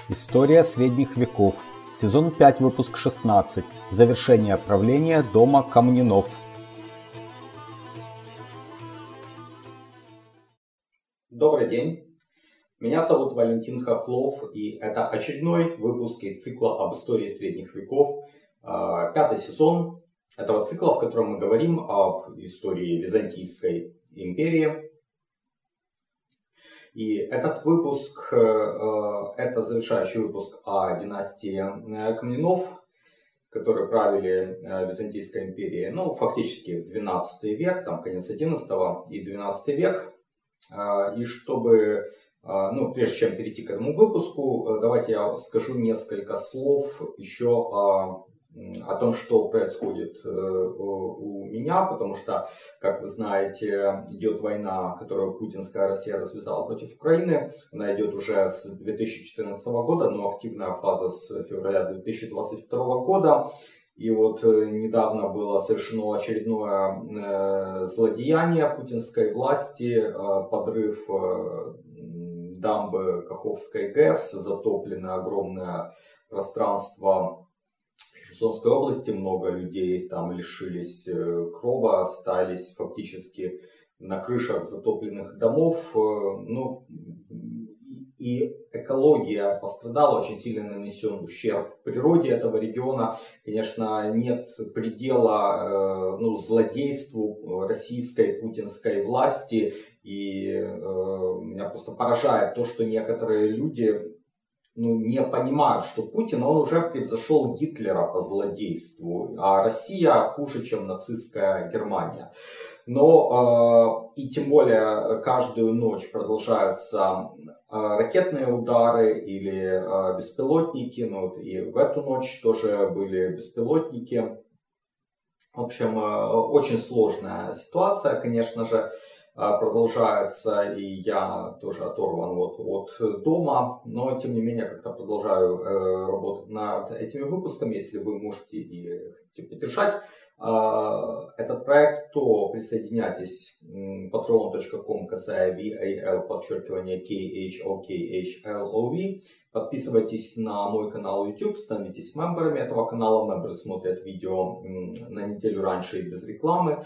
История средних веков. Сезон 5, выпуск 16. Завершение правления дома Комнинов. Добрый день. Меня зовут Валентин Хохлов, и это очередной выпуск из цикла об истории средних веков. Пятый сезон этого цикла, в котором мы говорим об истории Византийской империи. И этот выпуск, это завершающий выпуск о династии Комнинов, которые правили Византийской империей, фактически 12 век, там конец 11 и 12 век. И чтобы, прежде чем перейти к этому выпуску, давайте я скажу несколько слов еще о том, что происходит у меня, потому что, как вы знаете, идет война, которую путинская Россия развязала против Украины. Она идет уже с 2014 года, но активная фаза с февраля 2022 года. И вот недавно было совершено очередное злодеяние путинской власти, подрыв дамбы Каховской ГЭС, затоплено огромное пространство Херсонской области, много людей там лишились крова, остались фактически на крышах затопленных домов. И экология пострадала, очень сильно нанесен ущерб природе этого региона. Конечно, нет предела злодейству российской путинской власти. И меня просто поражает то, что некоторые люди не понимают, что Путин, он уже превзошел Гитлера по злодейству, а Россия хуже, чем нацистская Германия. Но и тем более каждую ночь продолжаются ракетные удары или беспилотники. И в эту ночь тоже были беспилотники. В общем, очень сложная ситуация, конечно же, продолжается, и я тоже оторван от дома, но тем не менее как-то продолжаю работать над этими выпусками. Если вы можете и хотите поддержать этот проект, то присоединяйтесь patreon.com/VAL_KHOKHLOV. Подписывайтесь на мой канал YouTube, становитесь мемберами этого канала. Мемберы смотрят видео на неделю раньше и без рекламы.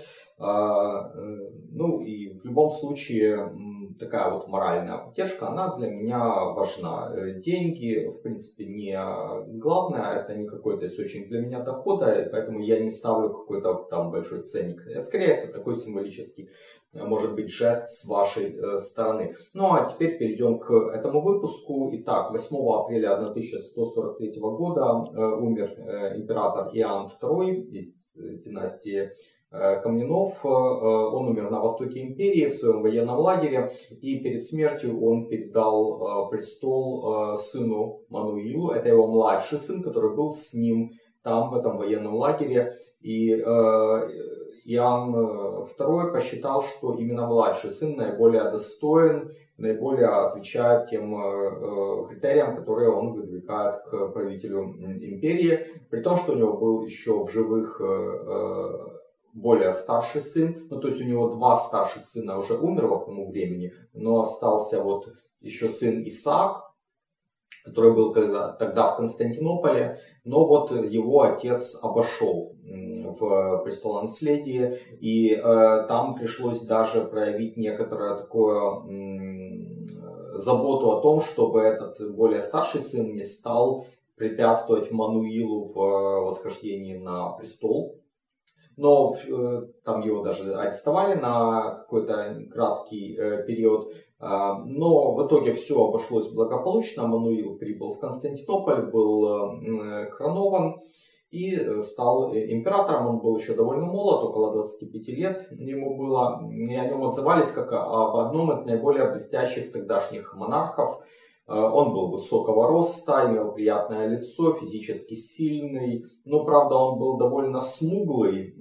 И в любом случае такая вот моральная поддержка, она для меня важна. Деньги, в принципе, не главное, это не какой-то источник для меня дохода, поэтому я не ставлю какой-то там большой ценник. Скорее, это такой символический, может быть, жест с вашей стороны. А теперь перейдем к этому выпуску. Итак, 8 апреля 1143 года умер император Иоанн II из династии Комнинов. Он умер на востоке империи в своем военном лагере, и перед смертью он передал престол сыну Мануилу. Это его младший сын, который был с ним там, в этом военном лагере. И Иоанн II посчитал, что именно младший сын наиболее достоин, наиболее отвечает тем критериям, которые он выдвигает к правителю империи. При том, что у него был еще в живых более старший сын, то есть у него два старших сына уже умерло к тому времени, но остался вот еще сын Исаак, который был тогда в Константинополе, но вот его отец обошел в престолонаследии, и там пришлось даже проявить некоторое такое заботу о том, чтобы этот более старший сын не стал препятствовать Мануилу в восхождении на престол. Но там его даже арестовали на какой-то краткий период. Но в итоге все обошлось благополучно. Мануил прибыл в Константинополь, был коронован и стал императором. Он был еще довольно молод, около 25 лет ему было. И о нем отзывались как об одном из наиболее блестящих тогдашних монархов. Он был высокого роста, имел приятное лицо, физически сильный, но, правда, он был довольно смуглый,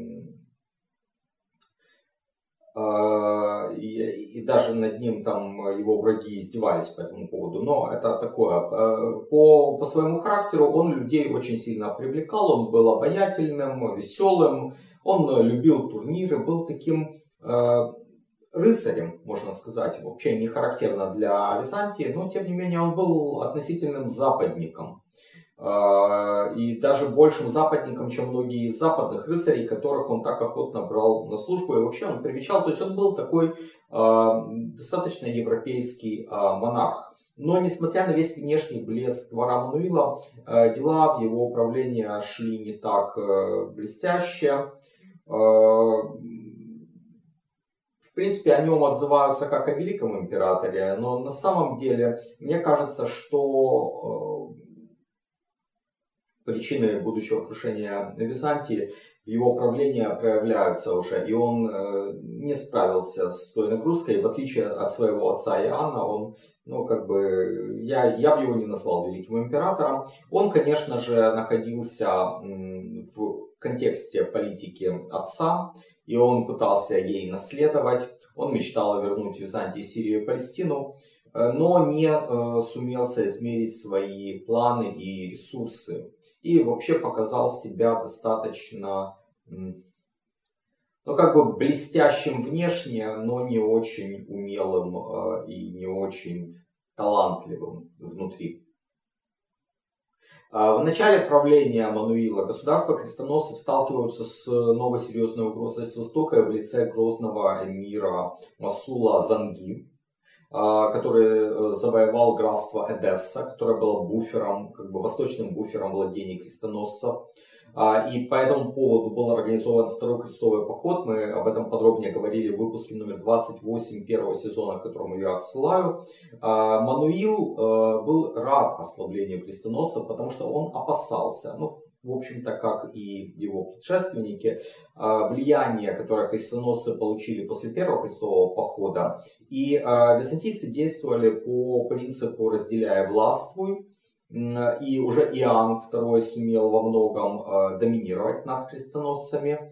и даже над ним там его враги издевались по этому поводу. Но это такое, по своему характеру он людей очень сильно привлекал, он был обаятельным, веселым, он любил турниры, был таким рыцарем, можно сказать, вообще не характерно для Византии, но тем не менее он был относительным западником. И даже большим западником, чем многие из западных рыцарей, которых он так охотно брал на службу, и вообще он привечал. То есть он был такой достаточно европейский монарх. Но несмотря на весь внешний блеск двора Мануила, дела в его управлении шли не так блестяще. В принципе, о нем отзываются как о великом императоре, но на самом деле, мне кажется, что причины будущего крушения Византии в его правлении проявляются уже. И он не справился с той нагрузкой. В отличие от своего отца Иоанна, он, я бы его не назвал великим императором. Он, конечно же, находился в контексте политики отца. И он пытался ей наследовать. Он мечтал вернуть Византии, Сирию и Палестину, но не сумел соизмерить свои планы и ресурсы. И вообще показал себя достаточно, блестящим внешне, но не очень умелым и не очень талантливым внутри. В начале правления Мануила государства крестоносцев сталкиваются с новой серьезной угрозой с востока в лице грозного эмира Масула Занги, который завоевал графство Эдесса, которое было буфером, восточным буфером владений крестоносцев. И по этому поводу был организован второй крестовый поход. Мы об этом подробнее говорили в выпуске номер 28 первого сезона, к которому я отсылаю. Мануил был рад ослаблению крестоносцев, потому что он опасался, в общем-то, как и его предшественники, влияние, которое крестоносцы получили после первого крестового похода. И византийцы действовали по принципу «разделяя властвуй». И уже Иоанн II сумел во многом доминировать над крестоносцами.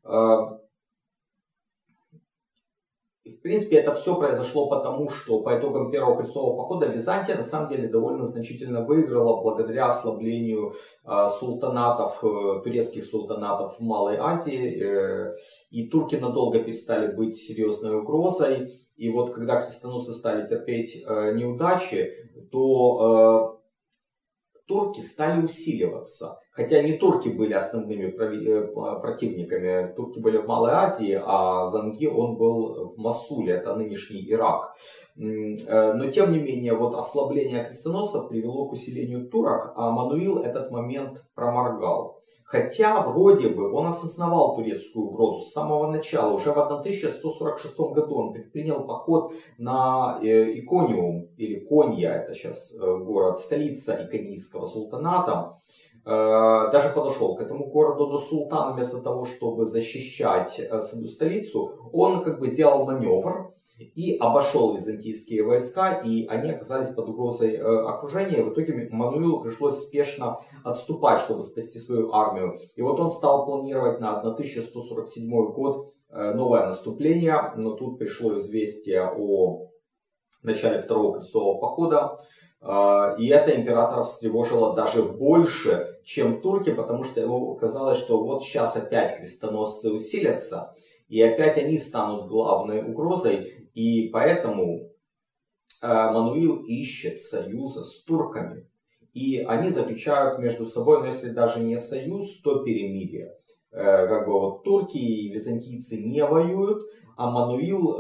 В принципе, это все произошло потому, что по итогам первого крестового похода Византия на самом деле довольно значительно выиграла благодаря ослаблению султанатов, турецких султанатов в Малой Азии. И турки надолго перестали быть серьезной угрозой. И вот когда крестоносцы стали терпеть неудачи, то турки стали усиливаться. Хотя не турки были основными противниками. Турки были в Малой Азии, а Занги он был в Мосуле, это нынешний Ирак. Но тем не менее, ослабление крестоносцев привело к усилению турок, а Мануил этот момент проморгал. Хотя вроде бы он осознавал турецкую угрозу с самого начала. Уже в 1146 году он предпринял поход на Икониум, или Конья, это сейчас город, столица Иконийского султаната. Даже подошел к этому городу, но султан вместо того, чтобы защищать свою столицу, он сделал маневр и обошел византийские войска, и они оказались под угрозой окружения. В итоге Мануилу пришлось спешно отступать, чтобы спасти свою армию. И вот он стал планировать на 1147 год новое наступление, но тут пришло известие о начале второго крестового похода. И это императора встревожило даже больше, чем турки, потому что ему казалось, что вот сейчас опять крестоносцы усилятся, и опять они станут главной угрозой, и поэтому Мануил ищет союза с турками. И они заключают между собой, но если даже не союз, то перемирие. Турки и византийцы не воюют, а Мануил,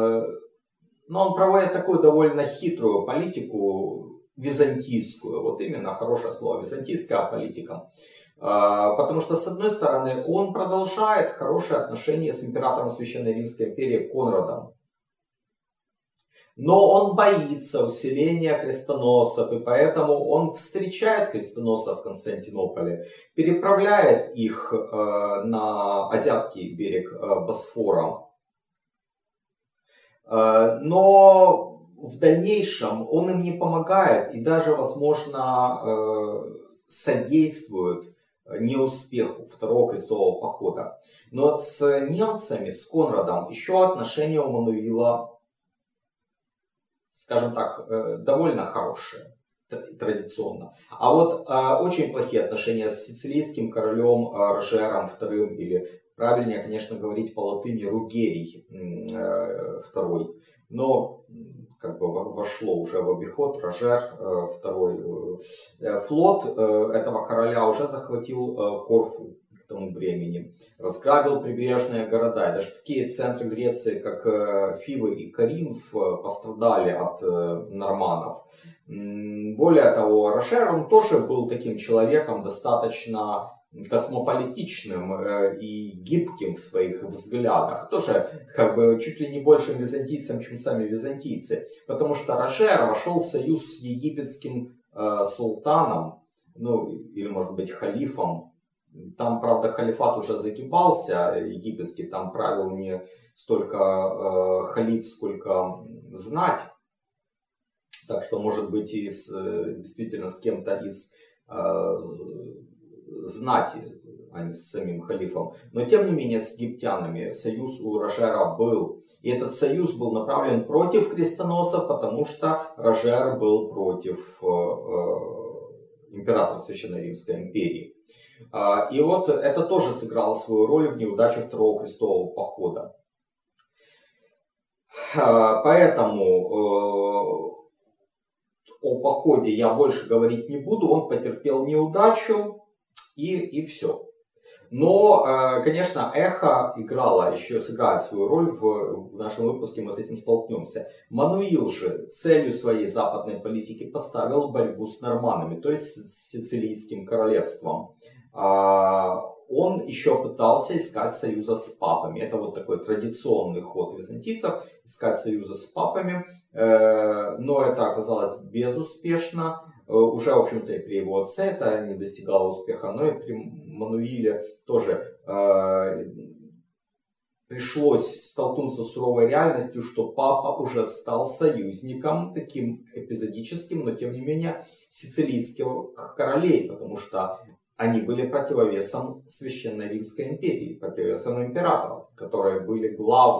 он проводит такую довольно хитрую политику, византийскую, вот именно хорошее слово, византийская политика. Потому что, с одной стороны, он продолжает хорошие отношения с императором Священной Римской империи Конрадом. Но он боится усиления крестоносцев, и поэтому он встречает крестоносцев в Константинополе, переправляет их на азиатский берег Босфора. Но в дальнейшем он им не помогает и даже, возможно, содействует неуспеху второго крестового похода. Но с немцами, с Конрадом, еще отношения у Мануила, скажем так, довольно хорошие, традиционно. А вот очень плохие отношения с сицилийским королем Рожером II, или правильнее, конечно, говорить по латыни Ругерий. II. Но как бы вошло уже в обиход. Рожер II. Флот этого короля уже захватил Корфу к тому времени, разграбил прибрежные города. И даже такие центры Греции, как Фивы и Коринф, пострадали от норманнов. Более того, Рожер, он тоже был таким человеком достаточно космополитичным и гибким в своих взглядах. Тоже как бы чуть ли не большим византийцем, чем сами византийцы. Потому что Рожер вошел в союз с египетским султаном, ну или может быть халифом. Там, правда, халифат уже загибался, египетский, там правил не столько халиф, сколько знать. Так что, может быть, действительно с кем-то из знати, а не с самим халифом. Но, тем не менее, с египтянами союз у Рожера был. И этот союз был направлен против крестоносцев, потому что Рожер был против императора Священной Римской империи. И вот это тоже сыграло свою роль в неудаче Второго крестового похода. Поэтому о походе я больше говорить не буду. Он потерпел неудачу и все. Но, конечно, эхо играло, еще сыграет свою роль в нашем выпуске, мы с этим столкнемся. Мануил же целью своей западной политики поставил борьбу с норманами, то есть с Сицилийским королевством. Он еще пытался искать союза с папами. Это вот такой традиционный ход византийцев, искать союза с папами. Но это оказалось безуспешно. Уже, в общем-то, и при его отце это не достигало успеха, но и при Мануиле тоже пришлось столкнуться с суровой реальностью, что папа уже стал союзником, таким эпизодическим, но тем не менее сицилийских королей, потому что они были противовесом Священной Римской империи, противовесом императоров, которые были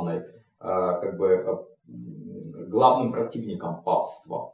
главным противником папства.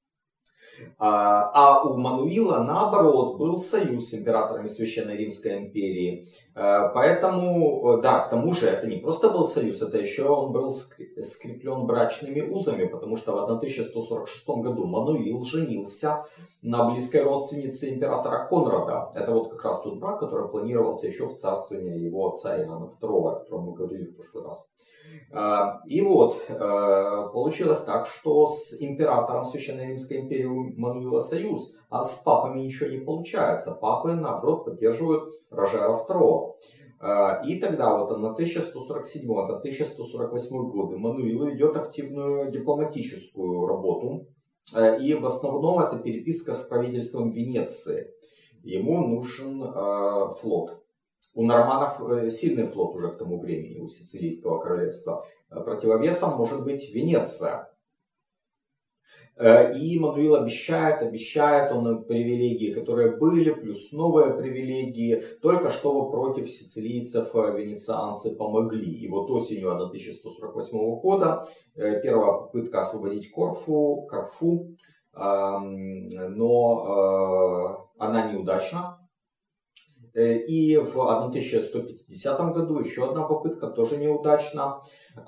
А у Мануила, наоборот, был союз с императорами Священной Римской империи. Поэтому, да, к тому же, это не просто был союз, это еще он был скреплен брачными узами, потому что в 1146 году Мануил женился на близкой родственнице императора Конрада. Это вот как раз тот брак, который планировался еще в царствовании его отца Иоанна II, о котором мы говорили в прошлый раз. И вот, получилось так, что с императором Священной Римской империи у Мануила союз, а с папами ничего не получается. Папы, наоборот, поддерживают Рожера II. И тогда, вот на 1147-1148 годы, Мануил ведет активную дипломатическую работу. И в основном это переписка с правительством Венеции. Ему нужен флот. У норманнов сильный флот уже к тому времени, у Сицилийского королевства. Противовесом может быть Венеция. И Мануил обещает он привилегии, которые были, плюс новые привилегии, только чтобы против сицилийцев венецианцы помогли. И вот осенью 1148 года первая попытка освободить Корфу, но она неудачна. И в 1150 году еще одна попытка, тоже неудачна.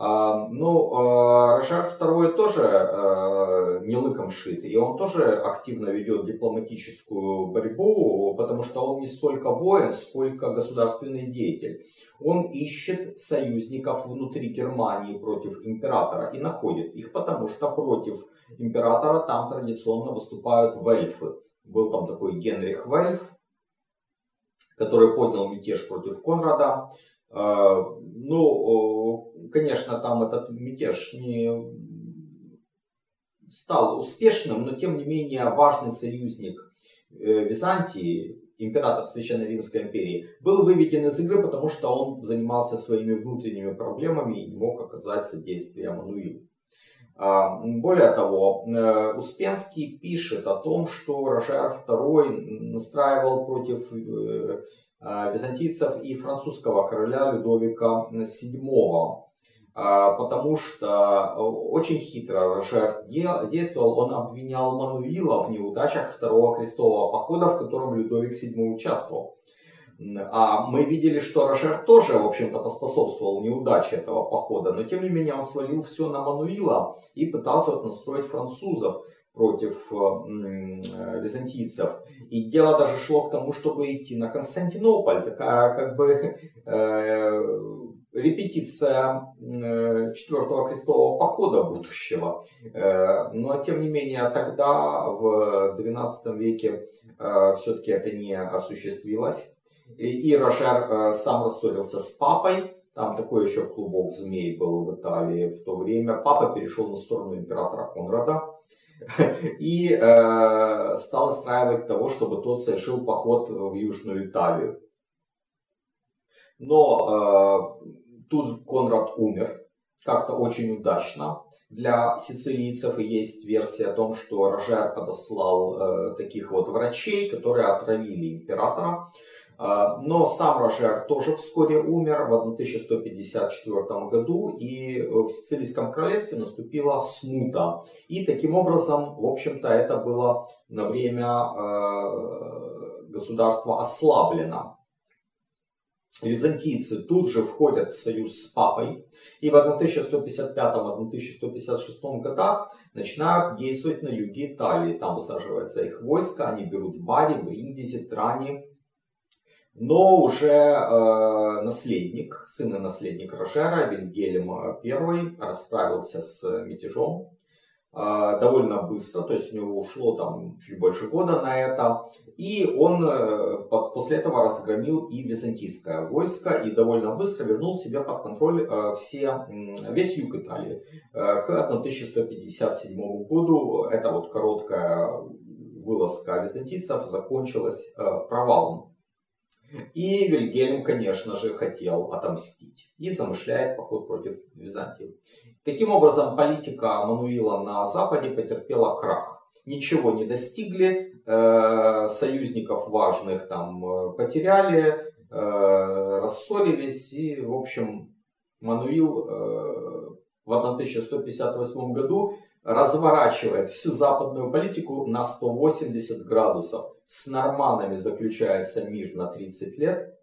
Но Рожер II тоже не лыком шит. И он тоже активно ведет дипломатическую борьбу, потому что он не столько воин, сколько государственный деятель. Он ищет союзников внутри Германии против императора и находит их, потому что против императора там традиционно выступают вельфы. Был там такой Генрих Вельф, который поднял мятеж против Конрада. Ну, конечно, там этот мятеж не стал успешным, но тем не менее важный союзник Византии, император Священной Римской империи, был выведен из игры, потому что он занимался своими внутренними проблемами и не мог оказать содействие Мануилу. Более того, Успенский пишет о том, что Рожер II настраивал против византийцев и французского короля Людовика VII, потому что очень хитро Рожер действовал. Он обвинял Мануила в неудачах Второго крестового похода, в котором Людовик VII участвовал. А мы видели, что Рожер тоже, в общем-то, поспособствовал неудаче этого похода, но тем не менее он свалил все на Мануила и пытался вот настроить французов против византийцев. И дело даже шло к тому, чтобы идти на Константинополь, такая как бы репетиция четвертого крестового похода будущего. Но тем не менее тогда, в XII веке, все-таки это не осуществилось. И Рожер сам рассорился с папой. Там такой еще клубок змей был в Италии в то время. Папа перешел на сторону императора Конрада и стал настраивать того, чтобы тот совершил поход в Южную Италию. Но тут Конрад умер как-то очень удачно для сицилийцев. И есть версия о том, что Рожер подослал таких вот врачей, которые отравили императора. Но сам Рожер тоже вскоре умер в 1154 году, и в Сицилийском королевстве наступила смута. И таким образом, в общем-то, это было на время государства ослаблено. Византийцы тут же входят в союз с папой, и в 1155-1156 годах начинают действовать на юге Италии. Там высаживается их войско, они берут Бари, Бриндизи, Трани. Но уже наследник, сын и наследник Рожера, Вильгельм I, расправился с мятежом довольно быстро, то есть у него ушло там чуть больше года на это. И он после этого разгромил и византийское войско и довольно быстро вернул себе под контроль весь юг Италии. К 1157 году эта вот короткая вылазка византийцев закончилась провалом. И Вильгельм, конечно же, хотел отомстить и замышляет поход против Византии. Таким образом, политика Мануила на Западе потерпела крах. Ничего не достигли, союзников важных там потеряли, рассорились. И, в общем, Мануил в 1158 году разворачивает всю западную политику на 180 градусов. С норманнами заключается мир на 30 лет.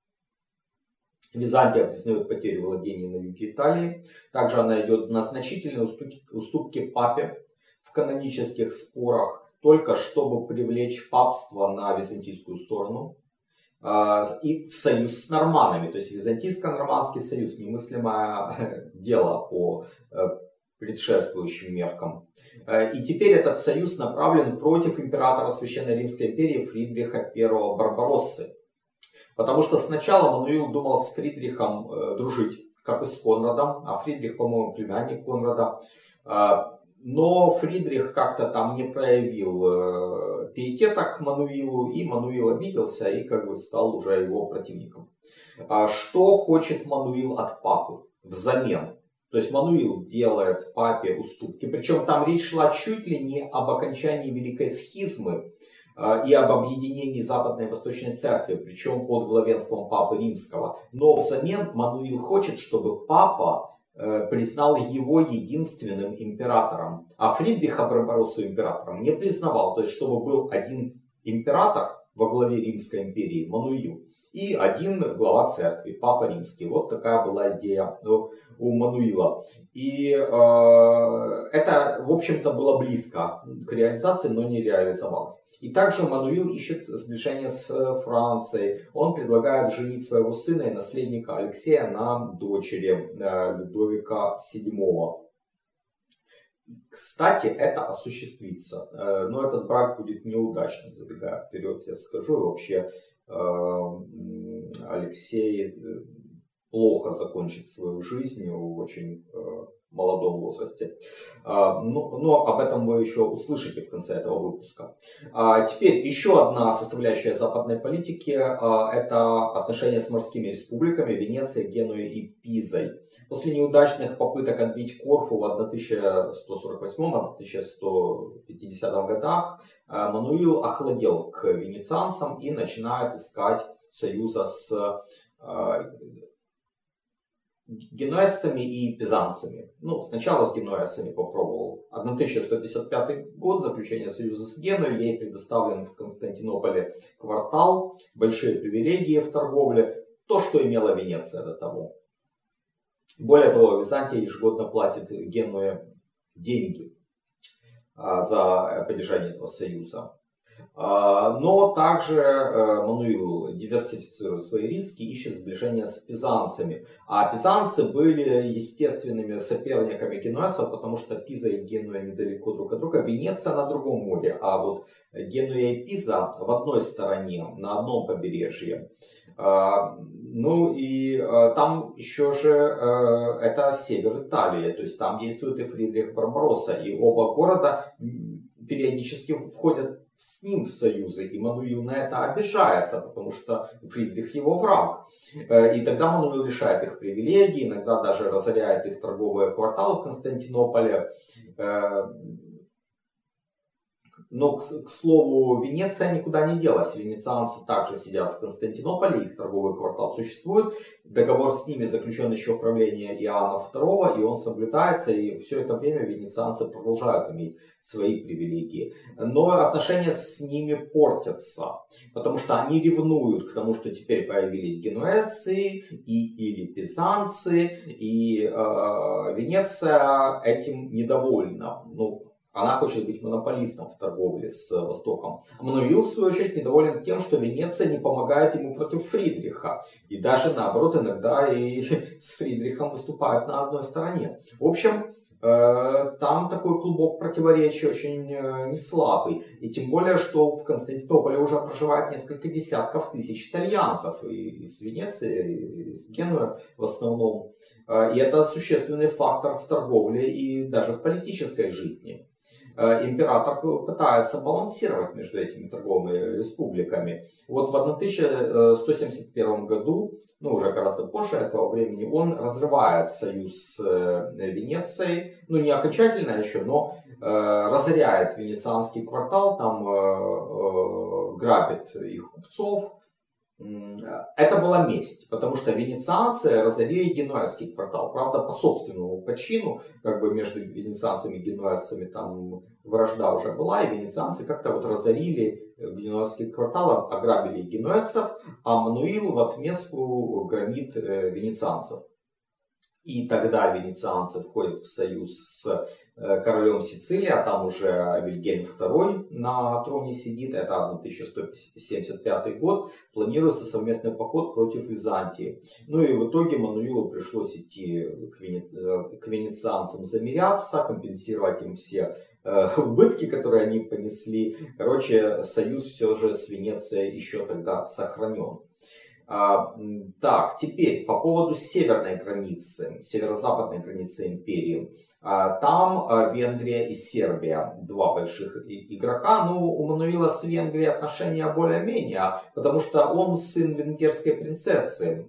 Византия признает потери владений на юге Италии. Также она идет на значительные уступки папе в канонических спорах, только чтобы привлечь папство на византийскую сторону. И в союз с норманами. То есть византийско-нормандский союз — немыслимое дело по предшествующим меркам. И теперь этот союз направлен против императора Священной Римской империи Фридриха I Барбароссы. Потому что сначала Мануил думал с Фридрихом дружить, как и с Конрадом, а Фридрих, по-моему, племянник Конрада. Но Фридрих как-то там не проявил пиетета к Мануилу, и Мануил обиделся и как бы стал уже его противником. Что хочет Мануил от папы взамен? То есть Мануил делает папе уступки, причем там речь шла чуть ли не об окончании Великой Схизмы и об объединении Западной и Восточной Церкви, причем под главенством Папы Римского. Но взамен Мануил хочет, чтобы папа признал его единственным императором, а Фридриха Барбароссу императором не признавал. То есть чтобы был один император во главе Римской империи, Мануил, и один глава церкви, Папа Римский. Вот такая была идея у Мануила. И это, в общем-то, было близко к реализации, но не реализовалось. И также Мануил ищет сближение с Францией. Он предлагает женить своего сына и наследника Алексея на дочери Людовика VII. Кстати, это осуществится. Но этот брак будет неудачным, забегая вперед, я скажу. Вообще Алексей плохо закончит свою жизнь в очень молодом возрасте. Но об этом вы еще услышите в конце этого выпуска. Теперь еще одна составляющая западной политики — это отношения с морскими республиками Венецией, Генуей и Пизой. После неудачных попыток отбить Корфу в 1148-1150 годах Мануил охладел к венецианцам и начинает искать союза с генуэзцами и пизанцами. Ну, сначала с генуэзцами попробовал. 1155 год, заключение союза с Генуей, ей предоставлен в Константинополе квартал, большие привилегии в торговле, то, что имела Венеция до того. Более того, Византия ежегодно платит Генуе деньги за поддержание этого союза. Но также Мануил диверсифицирует свои риски, ищет сближение с пизанцами. А пизанцы были естественными соперниками генуэзцев, потому что Пиза и Генуя недалеко друг от друга. Венеция на другом море, а вот Генуя и Пиза в одной стороне, на одном побережье. Ну и там еще же это север Италии, то есть там действует и Фридрих Барбаросса, и оба города периодически входят с ним в союзы, и Мануил на это обижается, потому что Фридрих его враг. И тогда Мануил лишает их привилегий, иногда даже разоряет их торговые кварталы в Константинополе. Но, к слову, Венеция никуда не делась. Венецианцы также сидят в Константинополе, их торговый квартал существует. Договор с ними заключен еще в правлении Иоанна II, и он соблюдается, и все это время венецианцы продолжают иметь свои привилегии. Но отношения с ними портятся, потому что они ревнуют к тому, что теперь появились генуэзцы или пизанцы, и Венеция этим недовольна. Она хочет быть монополистом в торговле с Востоком. Мануил, в свою очередь, недоволен тем, что Венеция не помогает ему против Фридриха. И даже наоборот, иногда и с Фридрихом выступает на одной стороне. В общем, там такой клубок противоречий очень неслабый. И тем более, что в Константинополе уже проживает несколько десятков тысяч итальянцев. И из Венеции, и из Генуи в основном. И это существенный фактор в торговле и даже в политической жизни. Император пытается балансировать между этими торговыми республиками. Вот в 1171 году, уже гораздо позже этого времени, он разрывает союз с Венецией. Не окончательно еще, но разоряет венецианский квартал, там грабит их купцов. Это была месть, потому что венецианцы разорили генуэзский квартал. Правда, по собственному почину, между венецианцами и генуэзцами там вражда уже была, и венецианцы как-то разорили генуэзский квартал, ограбили генуэзцев, а Мануил в отместку громит венецианцев. И тогда венецианцы входят в союз с королем Сицилии, а там уже Вильгельм II на троне сидит, это 1175 год, планируется совместный поход против Византии. И в итоге Мануилу пришлось идти к венецианцам замиряться, компенсировать им все убытки, которые они понесли. Союз все же с Венецией еще тогда сохранен. Так, теперь по поводу северной границы, северо-западной границы империи. Там Венгрия и Сербия, два больших игрока. У Мануила с Венгрией отношения более-менее, потому что он сын венгерской принцессы.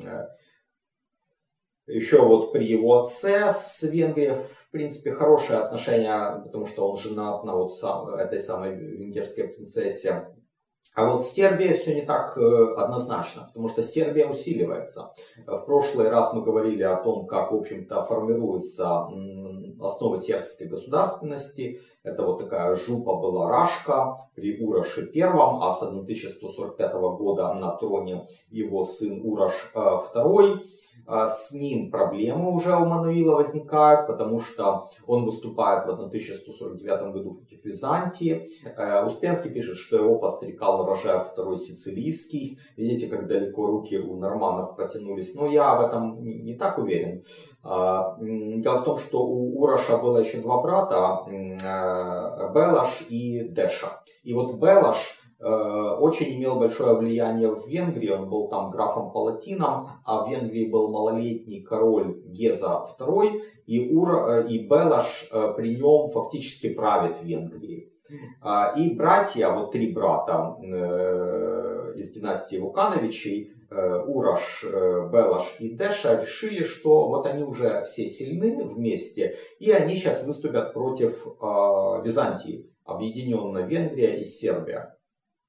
Еще при его отце с Венгрией в принципе хорошие отношения, потому что он женат на этой самой венгерской принцессе. А с Сербией все не так однозначно, потому что Сербия усиливается. В прошлый раз мы говорили о том, как, в общем-то, формируется основа сербской государственности. Это такая жупа была Рашка при Уроше I, а с 1145 года на троне его сын Урош II. С ним проблемы уже у Мануила возникают, потому что он выступает в 1149 году против Византии. Успенский пишет, что его подстрекал Рожер II Сицилийский. Видите, как далеко руки у норманнов протянулись. Но я в этом не так уверен. Дело в том, что у Уроша было еще два брата, Белаш и Деша. И Белаш очень имел большое влияние в Венгрии, он был там графом-палатином, а в Венгрии был малолетний король Геза II, и Белаш при нем фактически правит Венгрией. И братья, три брата из династии Вукановичей, Урош, Белаш и Деша, решили, что они уже все сильны вместе, и они сейчас выступят против Византии, объединенная Венгрия и Сербия.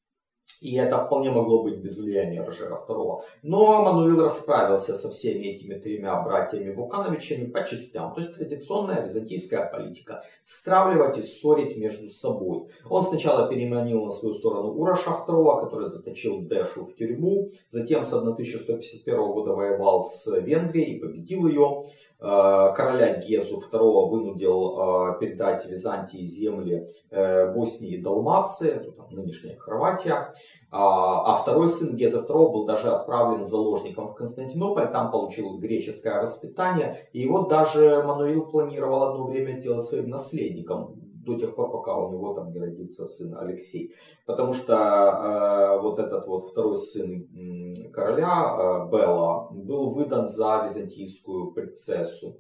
И это вполне могло быть без влияния Рожера II. Но Мануил расправился со всеми этими тремя братьями Вукановичами по частям. То есть традиционная византийская политика. Стравливать и ссорить между собой. Он сначала переманил на свою сторону Уроша II, который заточил Дэшу в тюрьму. Затем с 1151 года воевал с Венгрией и победил ее. Короля Гезу II вынудил передать Византии земли Боснии и Далмации, это там нынешняя Хорватия. А второй сын Геза II был даже отправлен заложником в Константинополь, там получил греческое воспитание. И его даже Мануил планировал одно время сделать своим наследником, до тех пор, пока у него там не родится сын Алексей. Потому что вот этот вот второй сын короля Бела был выдан за византийскую принцессу.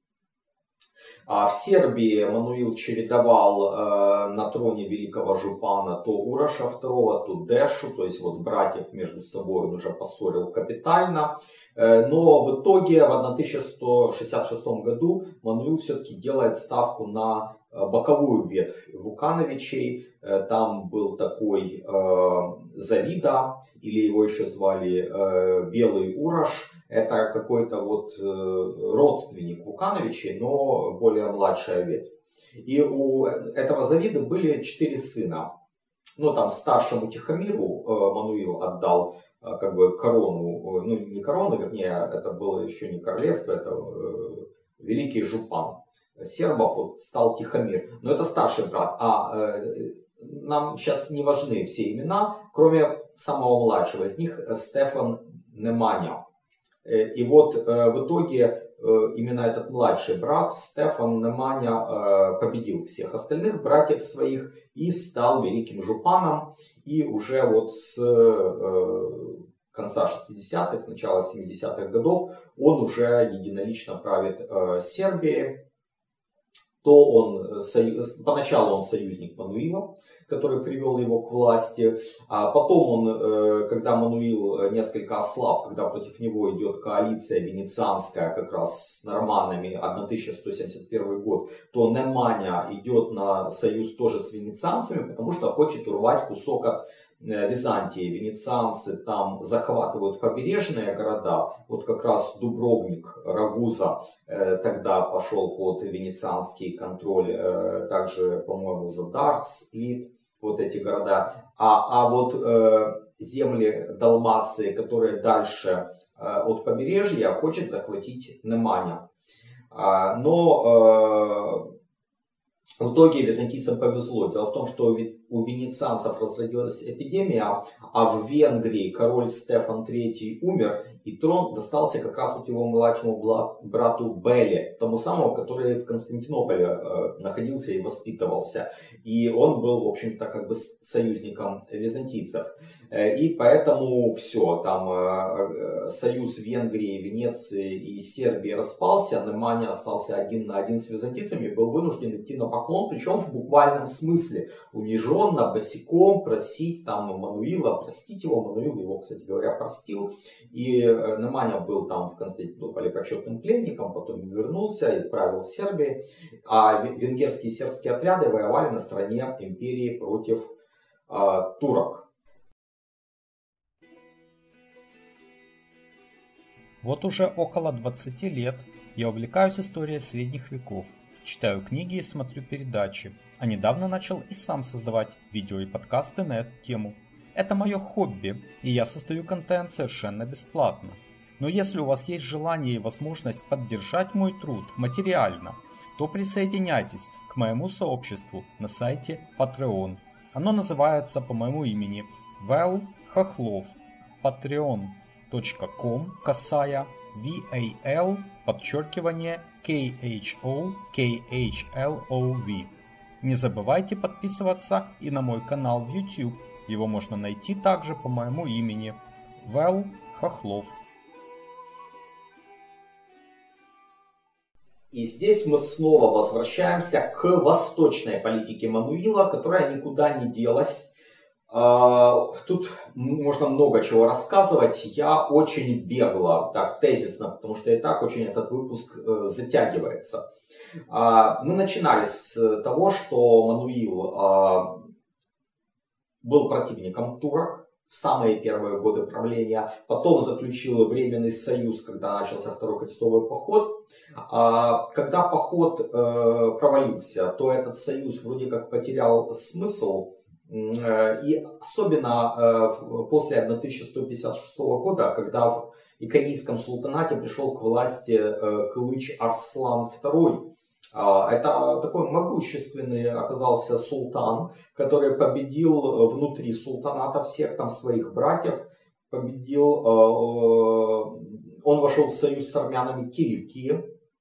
В Сербии Мануил чередовал на троне великого жупана то Уроша II, то Дэшу, то есть вот братьев между собой он уже поссорил капитально. Но в итоге в 1166 году Мануил все-таки делает ставку на боковую ветвь Вукановичей. Там был такой Завида, или его еще звали Белый Урош. Это какой-то вот родственник Вукановичей, но более младшая ветвь. И у этого Завида были 4 сына. Ну, там старшему Тихомиру Мануил отдал как бы корону, ну не корону, вернее, это было еще не королевство, это великий жупан сербов, вот, стал Тихомир. Но это старший брат. Нам сейчас не важны все имена, кроме самого младшего из них, Стефан Неманя. И вот в итоге именно этот младший брат Стефан Неманя победил всех остальных братьев своих и стал великим жупаном. И уже вот с конца 60-х, с начала 70-х годов он уже единолично правит Сербией. Поначалу он союзник Мануила, который привел его к власти. А потом он, когда Мануил несколько ослаб, когда против него идет коалиция венецианская, как раз с норманнами, 1171 год, то Неманя идет на союз тоже с венецианцами, потому что хочет урвать кусок от Византии. Венецианцы там захватывают побережные города. Вот как раз Дубровник, Рагуза тогда пошел под венецианский контроль. Также, по-моему, Задар, Сплит, вот эти города. А вот земли Далмации, которые дальше от побережья, хочет захватить Неманя. Но в итоге византийцам повезло. Дело в том, что у венецианцев разразилась эпидемия, а в Венгрии король Стефан III умер, и трон достался как раз вот его младшему брату Беле, тому самому, который в Константинополе находился и воспитывался. И он был, в общем-то, как бы союзником византийцев. И поэтому все, там союз Венгрии, Венеции и Сербии распался, Неманя остался один на один с византийцами и был вынужден идти на поклон, причем в буквальном смысле, униженно, босиком просить там Мануила простить его. Мануил его, кстати говоря, простил. И Неманя был там в Константинополе почетным пленником, потом вернулся и правил Сербией. А венгерские и сербские отряды воевали на стороне империи против турок. Вот уже около 20 лет я увлекаюсь историей средних веков, читаю книги и смотрю передачи, а недавно начал и сам создавать видео и подкасты на эту тему. Это мое хобби, и я создаю контент совершенно бесплатно. Но если у вас есть желание и возможность поддержать мой труд материально, то присоединяйтесь к моему сообществу на сайте Patreon. Оно называется по моему имени Вэл Хохлов. patreon.com /VAL KHOKHLOV. Не забывайте подписываться и на мой канал в YouTube. Его можно найти также по моему имени Вэл Хохлов. И здесь мы снова возвращаемся к восточной политике Мануила, которая никуда не делась. Тут можно много чего рассказывать. Я очень бегло, так тезисно, потому что и так очень этот выпуск затягивается. Мы начинали с того, что Мануил был противником турок в самые первые годы правления, потом заключил временный союз, когда начался Второй крестовый поход. Когда поход провалился, то этот союз вроде как потерял смысл, и особенно после 1156 года, когда в Иконийском султанате пришел к власти Кылыч Арслан II. Это такой могущественный оказался султан, который победил внутри султаната всех там своих братьев, победил, он вошел в союз с армянами Киликии.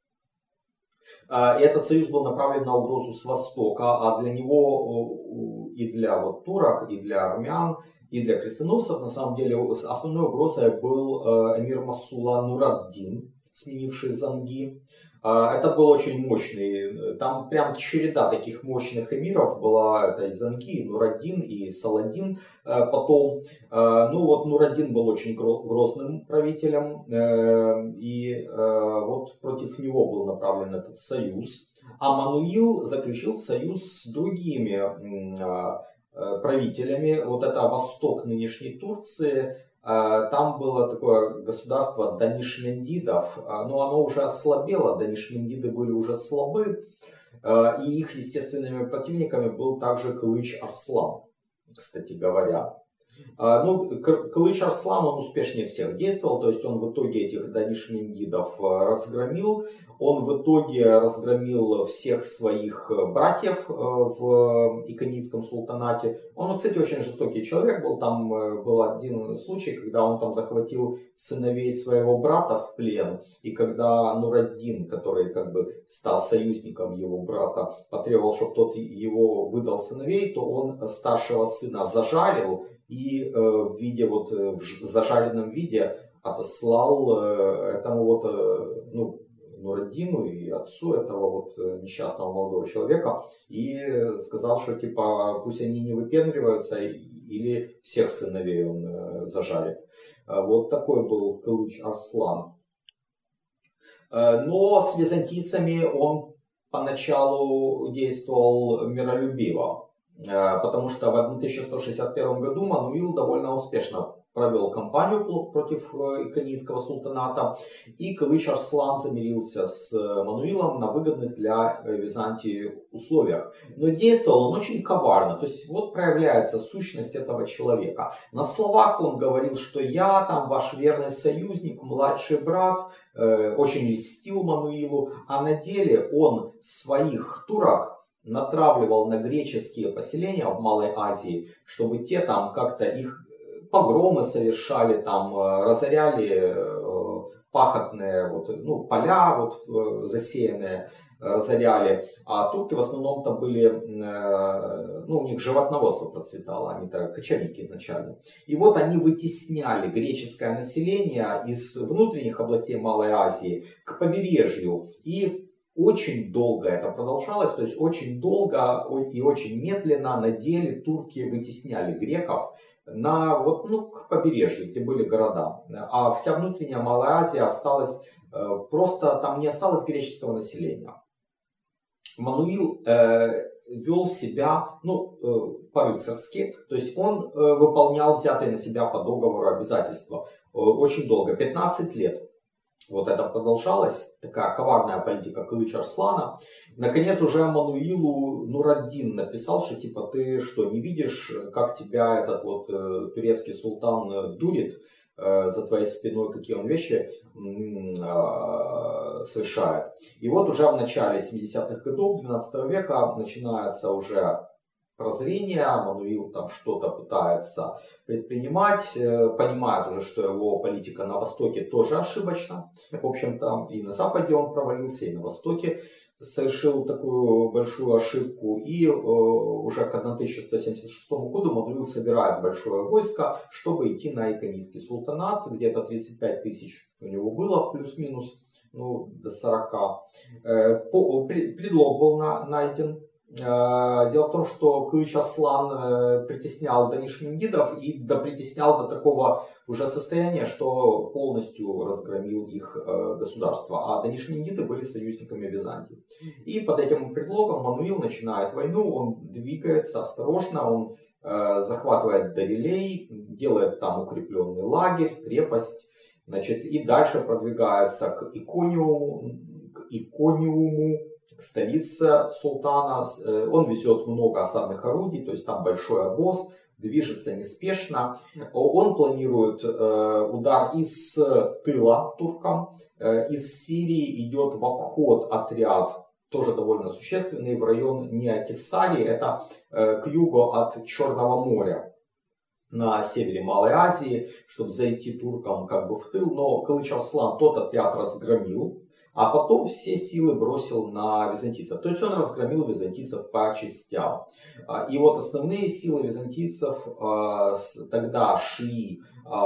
И этот союз был направлен на угрозу с востока, а для него и для вот турок, и для армян, и для крестоносцев на самом деле основной угрозой был эмир Масула Нураддин, сменивший Занги. Это был очень мощный, там прям череда таких мощных эмиров была, это и Занги, и Нураддин, и Саладин потом. Ну вот Нураддин был очень грозным правителем, и вот против него был направлен этот союз. А Мануил заключил союз с другими правителями. Вот это восток нынешней Турции. Там было такое государство Данишмендидов, но оно уже ослабело, Данишмендиды были уже слабы, и их естественными противниками был также Кылыч Арслан, кстати говоря. Ну, Кылыч Арслан, он успешнее всех действовал, то есть он в итоге этих данишмендидов разгромил, он в итоге разгромил всех своих братьев в Иконийском султанате. Он, кстати, очень жестокий человек был, там был один случай, когда он там захватил сыновей своего брата в плен, и когда Нураддин, который как бы стал союзником его брата, потребовал, чтобы тот его выдал сыновей, то он старшего сына зажарил, и в виде вот в зажаренном виде отослал этому вот Нураддину и отцу этого вот несчастного молодого человека и сказал, что типа пусть они не выпендриваются или всех сыновей он зажарит. Вот такой был Кылыч Арслан. Но с византийцами он поначалу действовал миролюбиво. Потому что в 1161 году Мануил довольно успешно провел кампанию против Иконийского султаната, и Кылыч Арслан замирился с Мануилом на выгодных для Византии условиях. Но действовал он очень коварно, то есть вот проявляется сущность этого человека. На словах он говорил, что я там ваш верный союзник, младший брат, очень льстил Мануилу, а на деле он своих турок натравливал на греческие поселения в Малой Азии, чтобы те там как-то их погромы совершали, там разоряли пахотные поля засеянные, разоряли. А турки в основном-то были, у них животноводство процветало, они-то кочевники изначально. И вот они вытесняли греческое население из внутренних областей Малой Азии к побережью. И очень долго это продолжалось, то есть очень долго и очень медленно на деле турки вытесняли греков к побережью, где были города. А вся внутренняя Малая Азия осталась, просто там не осталось греческого населения. Мануил вел себя по-рыцарски, то есть он выполнял взятые на себя по договору обязательства очень долго, 15 лет. Вот это продолжалось, такая коварная политика Кылыча Арслана. Наконец уже Мануилу Нураддин написал, что типа ты что, не видишь, как тебя этот вот турецкий султан дурит за твоей спиной, какие он вещи совершает. И вот уже в начале 70-х годов 12 века начинается уже прозрение, Мануил там что-то пытается предпринимать, понимает уже, что его политика на Востоке тоже ошибочна. В общем-то, и на Западе он провалился, и на Востоке совершил такую большую ошибку. И уже к 1176 году Мануил собирает большое войско, чтобы идти на Иконийский султанат. Где-то 35 тысяч у него было, плюс-минус, до 40. Предлог был найден. Дело в том, что Кылыч Аслан притеснял данишмендидов и притеснял до такого уже состояния, что полностью разгромил их государство. А данишмендиды были союзниками Византии. И под этим предлогом Мануил начинает войну, он двигается осторожно, он захватывает Дарилей, делает там укрепленный лагерь, крепость, значит, и дальше продвигается к Икониуму, столица султана. Он везет много осадных орудий, то есть там большой обоз, движется неспешно. Он планирует удар из тыла туркам. Из Сирии идет в обход отряд, тоже довольно существенный, в район Неокисари, это к югу от Черного моря, на севере Малой Азии, чтобы зайти туркам как бы в тыл. Но Кылыч Арслан тот отряд разгромил, а потом все силы бросил на византийцев. То есть он разгромил византийцев по частям. И вот основные силы византийцев тогда шли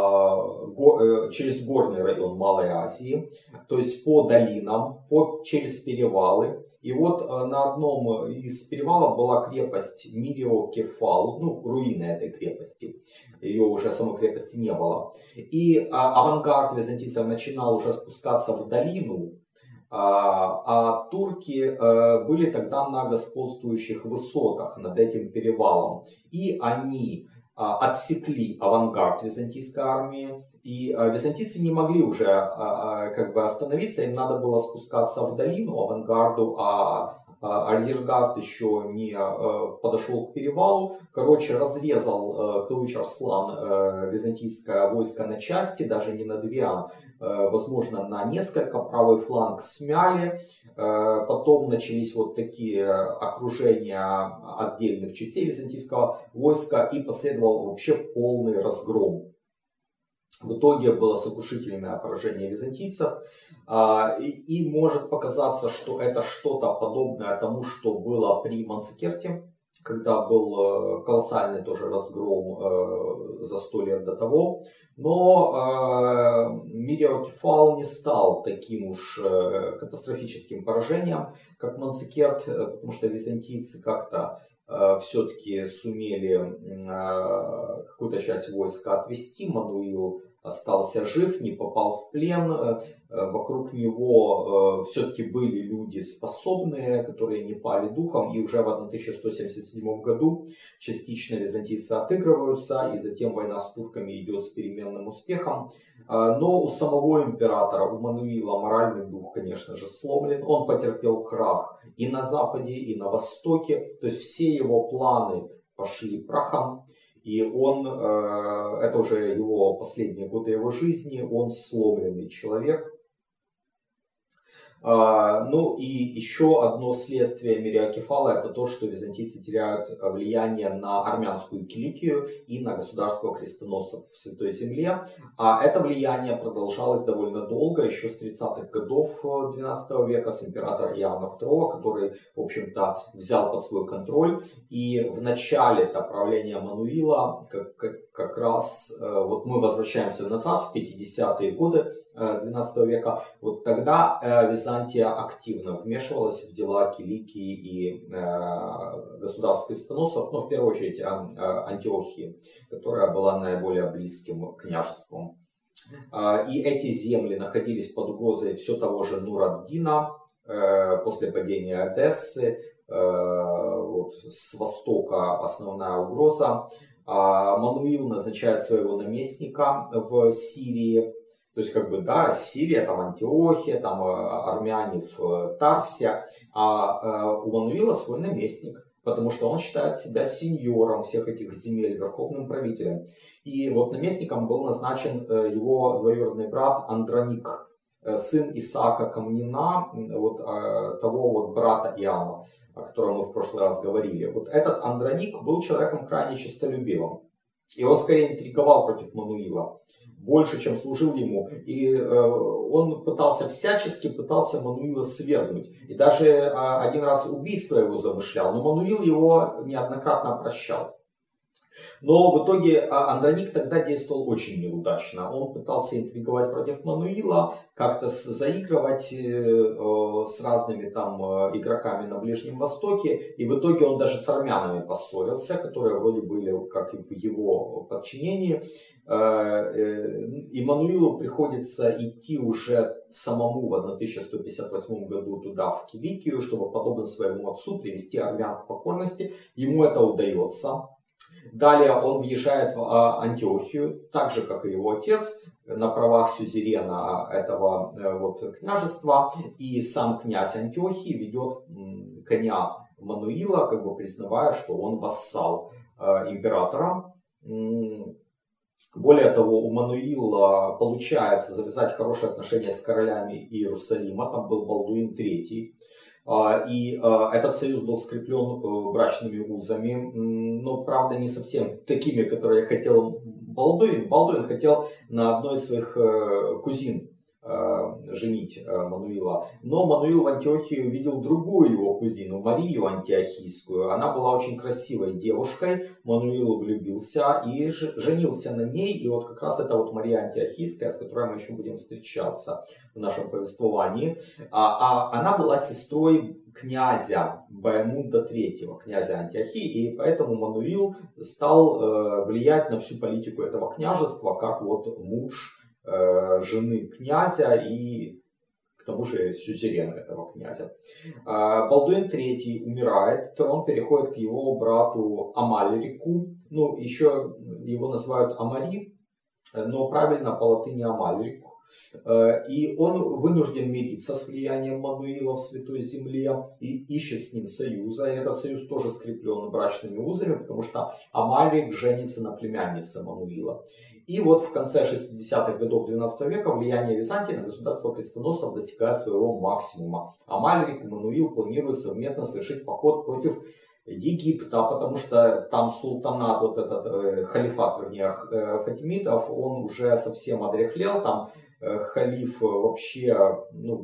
через горный район Малой Азии, то есть по долинам, через перевалы. И вот на одном из перевалов была крепость Мириокефал, ну, руины этой крепости. Ее уже самой крепости не было. И авангард византийцев начинал уже спускаться в долину, а турки были тогда на господствующих высотах над этим перевалом. И они отсекли авангард византийской армии. И византийцы не могли уже как бы остановиться, им надо было спускаться в долину авангарду, а арьергард еще не подошел к перевалу. Короче, разрезал Кылыч Арслан византийское войско на части, даже не на две, а возможно на несколько. Правый фланг смяли. Потом начались вот такие окружения отдельных частей византийского войска и последовал вообще полный разгром. В итоге было сокрушительное поражение византийцев. И может показаться, что это что-то подобное тому, что было при Манцикерте, когда был колоссальный тоже разгром за 100 лет до того. Но Мириокефал не стал таким уж катастрофическим поражением, как Манцикерт, потому что византийцы как-то все-таки сумели какую-то часть войска отвести. Мануил остался жив, не попал в плен. Вокруг него все-таки были люди способные, которые не пали духом. И уже в 1177 году частично византийцы отыгрываются. И затем война с турками идет с переменным успехом. Но у самого императора, у Мануила, моральный дух, конечно же, сломлен. Он потерпел крах и на западе, и на востоке. То есть все его планы пошли прахом. И он, это уже его последние годы его жизни, он сломленный человек. Ну и еще одно следствие Мириокефала — это то, что византийцы теряют влияние на армянскую Киликию и на государство крестоносцев в Святой Земле. А это влияние продолжалось довольно долго, еще с 30-х годов XII века, с императора Иоанна II, который, в общем-то, взял под свой контроль. И в начале правления Мануила как раз, вот мы возвращаемся назад, в 50-е годы XII века, вот тогда Византия активно вмешивалась в дела Киликии и государств крестоносцев, но в первую очередь Антиохии, которая была наиболее близким княжеством. И эти земли находились под угрозой все того же Нур-ад-Дина после падения Одессы. Вот, с востока основная угроза. Мануил назначает своего наместника в Сирии. То есть, как бы, да, Сирия, там Антиохия, там армяне в Тарсе, а у Мануила свой наместник, потому что он считает себя сеньором всех этих земель, верховным правителем. И вот наместником был назначен его двоюродный брат Андроник, сын Исаака Камнина, вот того вот брата Иоанна, о котором мы в прошлый раз говорили. Вот этот Андроник был человеком крайне честолюбивым. И он скорее интриговал против Мануила, больше, чем служил ему. И он всячески пытался Мануила свергнуть. И даже один раз убийство его замышлял, но Мануил его неоднократно прощал. Но в итоге Андроник тогда действовал очень неудачно. Он пытался интриговать против Мануила, как-то заигрывать с разными там игроками на Ближнем Востоке. И в итоге он даже с армянами поссорился, которые вроде были как и в его подчинении. И Мануилу приходится идти уже самому в 1158 году туда, в Киликию, чтобы, подобно своему отцу, привести армян к покорности. Ему это удается. Далее он въезжает в Антиохию, так же, как и его отец, на правах сюзерена этого вот княжества. И сам князь Антиохии ведет коня Мануила, как бы признавая, что он вассал императора. Более того, у Мануила получается завязать хорошие отношения с королями Иерусалима. Там был Балдуин III. И этот союз был скреплен брачными узами, но, правда, не совсем такими, которые хотел Балдуин. Балдуин хотел на одной из своих кузин женить Мануила. Но Мануил в Антиохии увидел другую его кузину, Марию Антиохийскую. Она была очень красивой девушкой. Мануил влюбился и женился на ней. И вот как раз это вот Мария Антиохийская, с которой мы еще будем встречаться в нашем повествовании. Она была сестрой князя Баймунда III, князя Антиохии. И поэтому Мануил стал влиять на всю политику этого княжества, как вот муж жены князя и к тому же сюзерена этого князя. Балдуин III умирает, трон переходит к его брату Амальрику, ну еще его называют Амари, но правильно по латыни Амальрик. И он вынужден мириться с влиянием Мануила в Святой Земле и ищет с ним союза. И этот союз тоже скреплен брачными узами, потому что Амалик женится на племяннице Мануила. И вот в конце 60-х годов 12 века влияние Византии на государство крестоносцев достигает своего максимума. Амальрик и Мануил планируют совместно совершить поход против Египта, потому что там султанат, вот этот халифат, вернее, фатимидов, он уже совсем одряхлел, там халиф вообще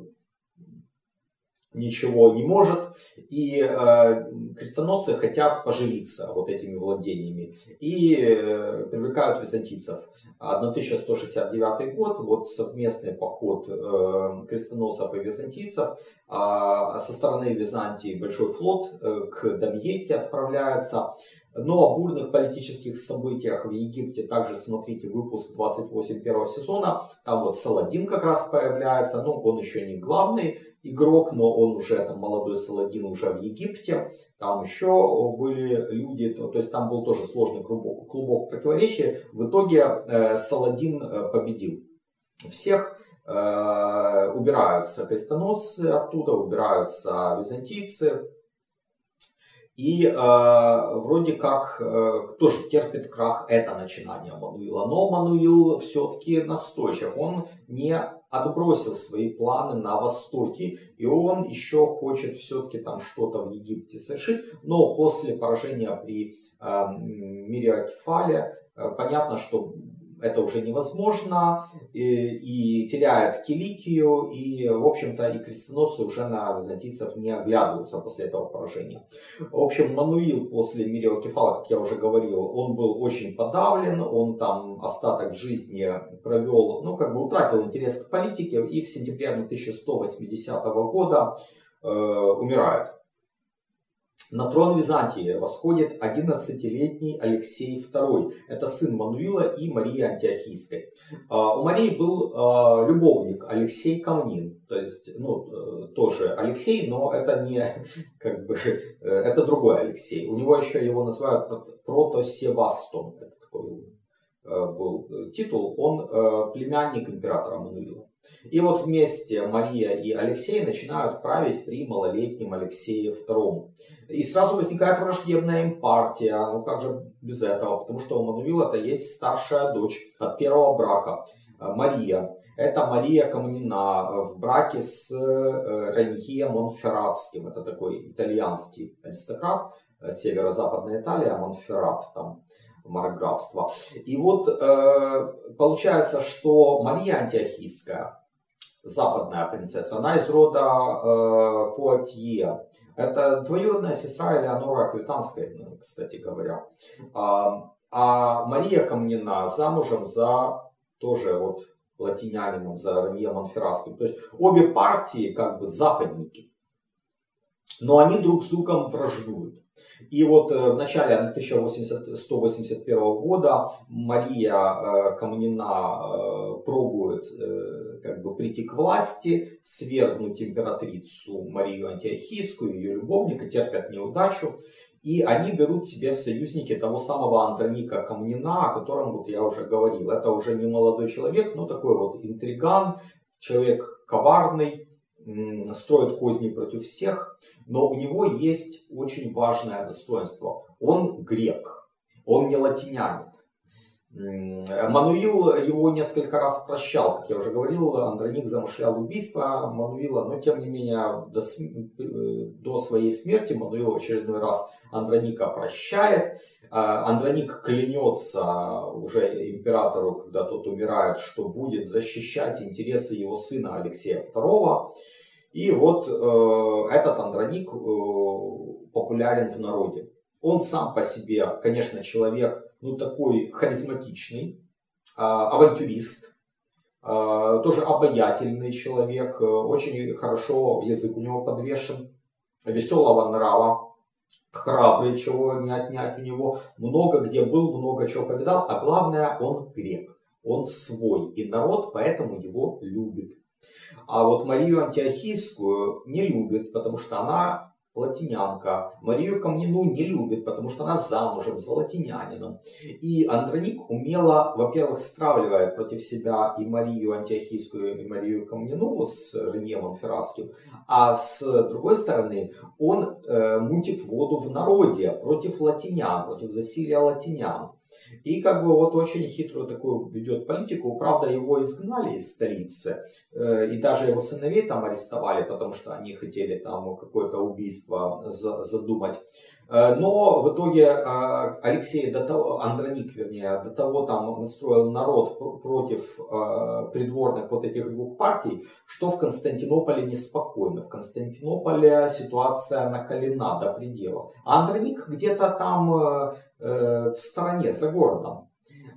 ничего не может, и крестоносцы хотят поживиться вот этими владениями и привлекают византийцев. 1169 год, вот совместный поход крестоносцев и византийцев, со стороны Византии большой флот к Дамьетте отправляется. Но о бурных политических событиях в Египте также смотрите выпуск 28 первого сезона. Там вот Саладин как раз появляется. Ну, он еще не главный игрок, но он уже там молодой Саладин уже в Египте. Там еще были люди, то есть там был тоже сложный клубок противоречий. В итоге Саладин победил всех. Убираются крестоносцы оттуда, убираются византийцы. И вроде как тоже терпит крах это начинание Мануила. Но Мануил все-таки настойчив. Он не отбросил свои планы на Востоке. И он еще хочет все-таки там что-то в Египте совершить. Но после поражения при Мириокефале понятно, что это уже невозможно, и теряет Киликию, и, в общем-то, и крестоносцы уже на византийцев не оглядываются после этого поражения. В общем, Мануил после Мириокефала, как я уже говорил, он был очень подавлен, он там остаток жизни провел, утратил интерес к политике, и в сентябре 1180 года умирает. На трон Византии восходит 11-летний Алексей II. Это сын Мануила и Марии Антиохийской. У Марии был любовник Алексей Комнин. То есть, тоже Алексей, но это не, это другой Алексей. У него еще его называют Протосевастом. Это такой был титул. Он племянник императора Мануила. И вот вместе Мария и Алексей начинают править при малолетнем Алексее II. И сразу возникает враждебная им партия. Ну как же без этого? Потому что у Мануила-то есть старшая дочь от первого брака, Мария. Это Мария Комнина в браке с Ранье Монферратским. Это такой итальянский аристократ, северо-западная Италия, Монферрат там. Маркграфство. И вот получается, что Мария Антиохийская, западная принцесса, она из рода Пуатье. Это двоюродная сестра Элеоноры Аквитанской, кстати говоря. А Мария Камнина замужем за тоже вот латинянином, за Ренье Монферратским. То есть обе партии как бы западники, но они друг с другом враждуют. И вот в начале 1181 года Мария Камнина пробует как бы прийти к власти, свергнуть императрицу Марию Антиохийскую, ее любовника, терпят неудачу. И они берут себе в союзники того самого Андроника Камнина, о котором вот я уже говорил. Это уже не молодой человек, но такой вот интриган, человек коварный, строит козни против всех. Но у него есть очень важное достоинство. Он грек, он не латинянин. Мануил его несколько раз прощал, как я уже говорил, Андроник замышлял убийство Мануила, но тем не менее до своей смерти Мануил в очередной раз Андроника прощает. Андроник клянется уже императору, когда тот умирает, что будет защищать интересы его сына Алексея II. И вот этот Андроник популярен в народе. Он сам по себе, конечно, человек, ну, такой харизматичный, авантюрист, тоже обаятельный человек, очень хорошо язык у него подвешен, веселого нрава, храбрый, чего не отнять у него, много где был, много чего повидал, а главное, он грек, он свой, и народ поэтому его любит. А вот Марию Антиохийскую не любит, потому что она латинянка. Марию Камнину не любит, потому что она замужем за латинянином. И Андроник умело, во-первых, стравливает против себя и Марию Антиохийскую, и Марию Камнину с Ренье Монферратским. А с другой стороны, он мутит воду в народе против латинян, против засилия латинян. И как бы вот очень хитрую такую ведет политику. Правда, его изгнали из столицы. И даже его сыновей там арестовали, потому что они хотели там какое-то убийство задумать. Но в итоге Алексей, Андроник, вернее, до того там настроил народ против придворных вот этих двух партий, что в Константинополе неспокойно. В Константинополе ситуация накалена до предела. А Андроник где-то там в стороне, за городом.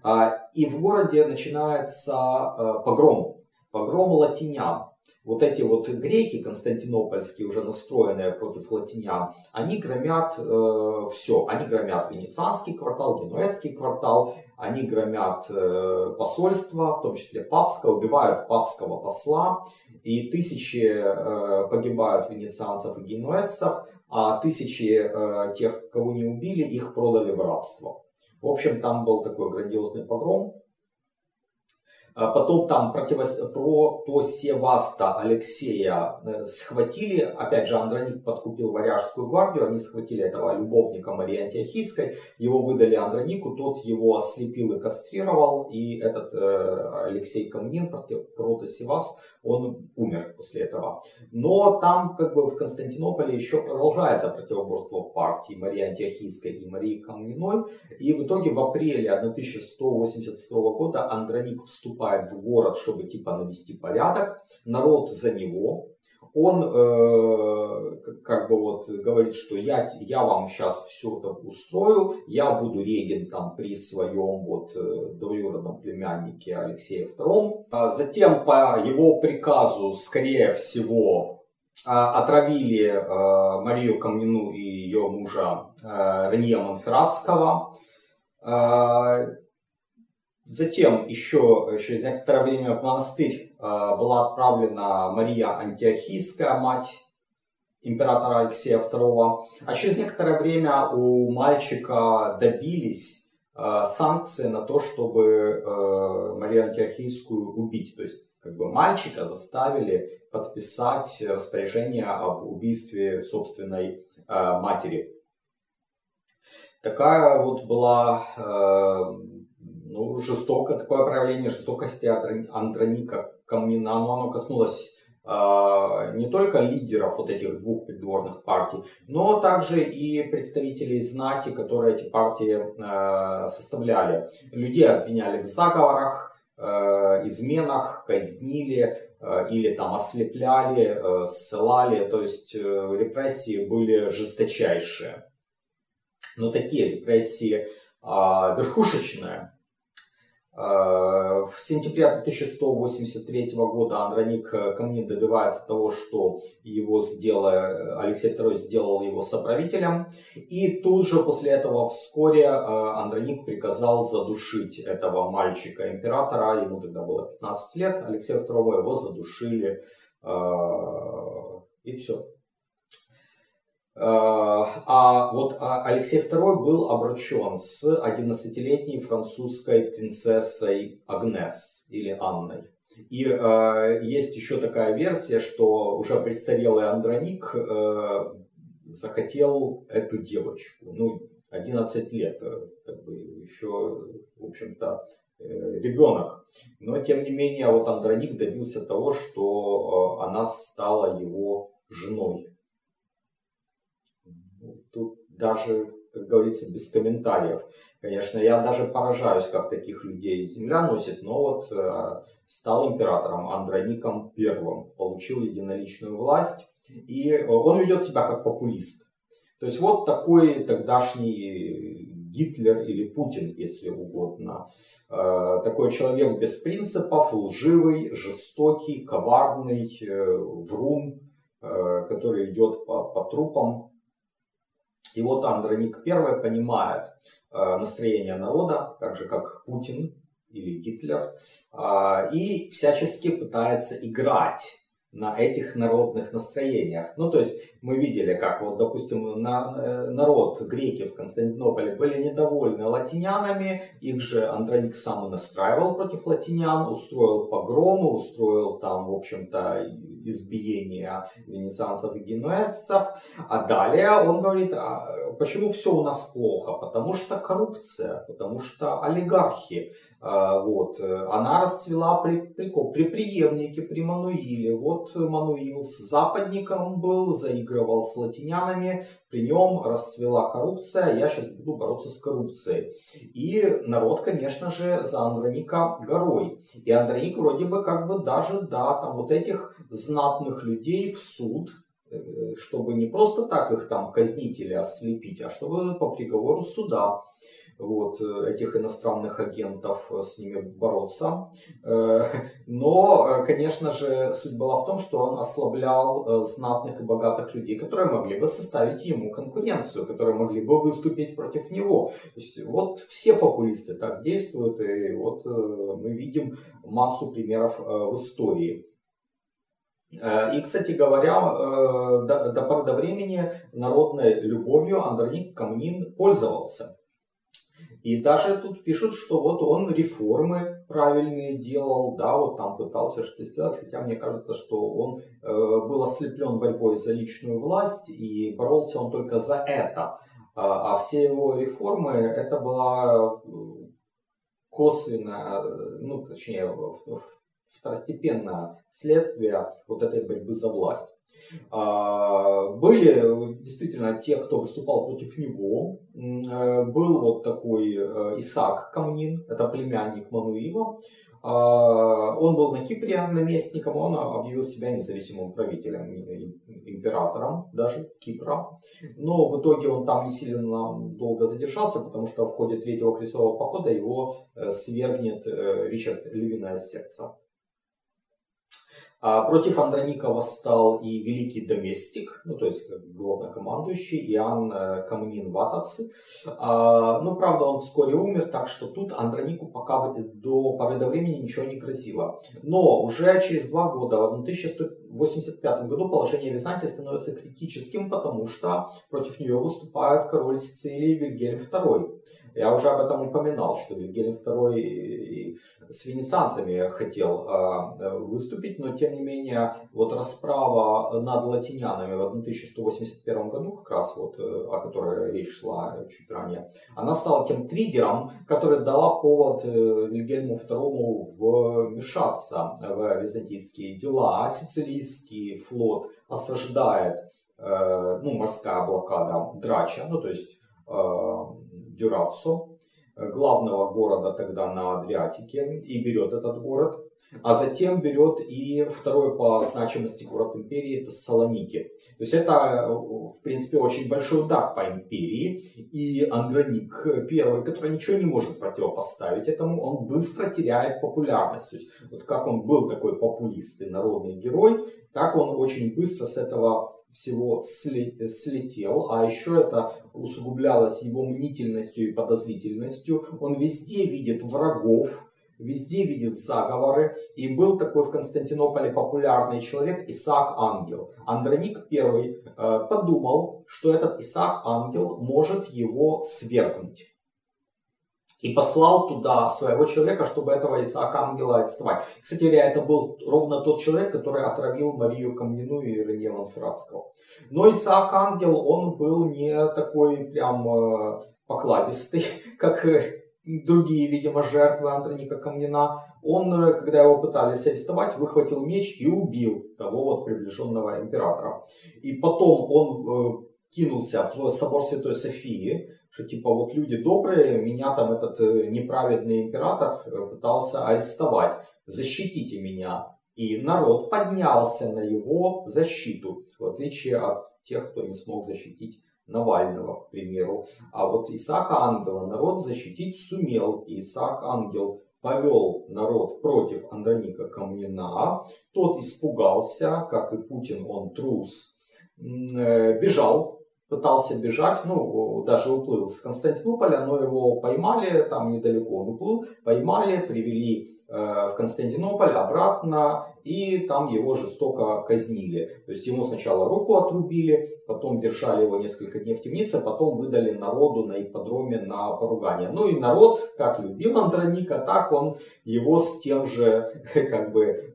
И в городе начинается погром латинян. Вот эти вот греки константинопольские, уже настроенные против латинян, они громят все. Они громят Венецианский квартал, Генуэзский квартал, они громят посольство, в том числе папское, убивают папского посла. И тысячи погибают венецианцев и генуэзцев, а тысячи тех, кого не убили, их продали в рабство. В общем, там был такой грандиозный погром. Потом там протосеваста Алексея схватили, опять же Андроник подкупил варяжскую гвардию, они схватили этого любовника Марии Антиохийской, его выдали Андронику, тот его ослепил и кастрировал, и этот Алексей Камнин, протосеваст, он умер после этого. Но там как бы в Константинополе еще продолжается противоборство партии Марии Антиохийской и Марии Камниной, и в итоге в апреле 1182 года Андроник вступает в город, чтобы типа навести порядок, народ за него. Он как бы вот говорит, что я вам сейчас все это устрою, я буду регентом при своем вот двоюродном племяннике Алексее II. Затем по его приказу, скорее всего, отравили Марию Камнину и ее мужа Ренье Монферратского. Затем еще через некоторое время в монастырь была отправлена Мария Антиохийская, мать императора Алексея II. А через некоторое время у мальчика добились санкции на то, чтобы Марию Антиохийскую убить. То есть как бы мальчика заставили подписать распоряжение об убийстве собственной матери. Такая вот была такое проявление жестокости Андроника Камнина, но оно коснулось не только лидеров вот этих двух придворных партий, но также и представителей знати, которые эти партии составляли. Людей обвиняли в заговорах, изменах, казнили или там ослепляли, ссылали, то есть репрессии были жесточайшие. Но такие репрессии верхушечная. В сентябре 1183 года Андроник Камнин добивается того, что Алексей II сделал его соправителем. И тут же после этого вскоре Андроник приказал задушить этого мальчика-императора. Ему тогда было 15 лет. Алексею II его задушили. И все. Алексей II был обручен с 11-летней французской принцессой Агнес или Анной. И есть еще такая версия, что уже престарелый Андроник захотел эту девочку. 11 лет, как бы еще, в общем-то, ребенок. Но, тем не менее, Андроник добился того, что она стала его женой. Тут даже, как говорится, без комментариев. Конечно, я даже поражаюсь, как таких людей земля носит, но стал императором Андроником I, получил единоличную власть, и он ведет себя как популист. То есть такой тогдашний Гитлер или Путин, если угодно. Такой человек без принципов, лживый, жестокий, коварный, врун, который идет по трупам. И Андроник I понимает настроение народа, так же как Путин или Гитлер, и всячески пытается играть на этих народных настроениях. То есть мы видели, как допустим, народ, греки в Константинополе были недовольны латинянами, их же Андроник сам и настраивал против латинян, устроил погромы, устроил там, в общем-то, избиение венецианцев и генуэзцев. А далее он говорит, почему все у нас плохо? Потому что коррупция, потому что олигархи. Она расцвела при преемнике, при Мануиле. Мануил с западником был, заигрывал с латинянами, при нем расцвела коррупция, я сейчас буду бороться с коррупцией. И народ, конечно же, за Андроника горой. И Андроник вроде бы даже, этих знатных людей в суд, чтобы не просто так их там казнить или ослепить, а чтобы по приговору суда этих иностранных агентов с ними бороться. Но, конечно же, суть была в том, что он ослаблял знатных и богатых людей, которые могли бы составить ему конкуренцию, которые могли бы выступить против него. То есть все популисты так действуют, и мы видим массу примеров в истории. И, кстати говоря, до поры до времени народной любовью Андроник Камнин пользовался. И даже тут пишут, что он реформы правильные делал, там пытался что-то сделать, хотя мне кажется, что он был ослеплен борьбой за личную власть и боролся он только за это. А все его реформы это была косвенная, точнее, второстепенное следствие этой борьбы за власть. Были действительно те, кто выступал против него. Был такой Исаак Камнин, это племянник Мануила. Он был на Кипре наместником, он объявил себя независимым правителем, императором даже Кипра. Но в итоге он там не сильно долго задержался, потому что в ходе Третьего крестового похода его свергнет Ричард Львиное Сердце. Против Андроника восстал и великий доместик, то есть главнокомандующий Иоанн Камнин Ватаци. Правда, он вскоре умер, так что тут Андронику пока до поры до времени ничего не грозило. Но уже через 2 года, в 1185 году, положение Византии становится критическим, потому что против нее выступает король Сицилии Вильгельм II. Я уже об этом упоминал, что Вильгельм II с венецианцами хотел выступить, но тем не менее расправа над латинянами в 1181 году, как раз о которой речь шла чуть ранее, она стала тем триггером, который дала повод Вильгельму II вмешаться в византийские дела. А сицилийский флот осаждает морская блокада Драча, то есть Дюраццо, главного города тогда на Адриатике, и берет этот город. а затем берет и второй по значимости город империи, это Салоники. То есть это, в принципе, очень большой удар по империи. И Андроник первый, который ничего не может противопоставить этому, он быстро теряет популярность. То есть, вот как он был такой популист и народный герой, так он очень быстро с этого всего слетел, а еще это усугублялось его мнительностью и подозрительностью. Он везде видит врагов, везде видит заговоры. И был такой в Константинополе популярный человек Исаак Ангел. Андроник I подумал, что этот Исаак Ангел может его свергнуть. И послал туда своего человека, чтобы этого Исаака Ангела арестовать. Кстати говоря, это был ровно тот человек, который отравил Марию Камнину и Иерония Монферратского. Но Исаак Ангел, он был не такой прям покладистый, как другие, видимо, жертвы Андроника Камнина. Он, когда его пытались арестовать, выхватил меч и убил того вот приближенного императора. И потом он кинулся в собор Святой Софии, что типа вот люди добрые, меня там этот неправедный император пытался арестовать, защитите меня. И народ поднялся на его защиту, в отличие от тех, кто не смог защитить Навального, к примеру. А вот Исаака Ангела народ защитить сумел. И Исаак Ангел повел народ против Андроника Камнина. Тот испугался, как и Путин, он трус, бежал. Пытался бежать, ну, даже уплыл с Константинополя, но его поймали, там недалеко он уплыл, поймали, привели в Константинополь обратно, и там его жестоко казнили. То есть ему сначала руку отрубили, потом держали его несколько дней в темнице, потом выдали народу на ипподроме на поругание. Ну и народ, как любил Андроника, так он его с тем же, как бы,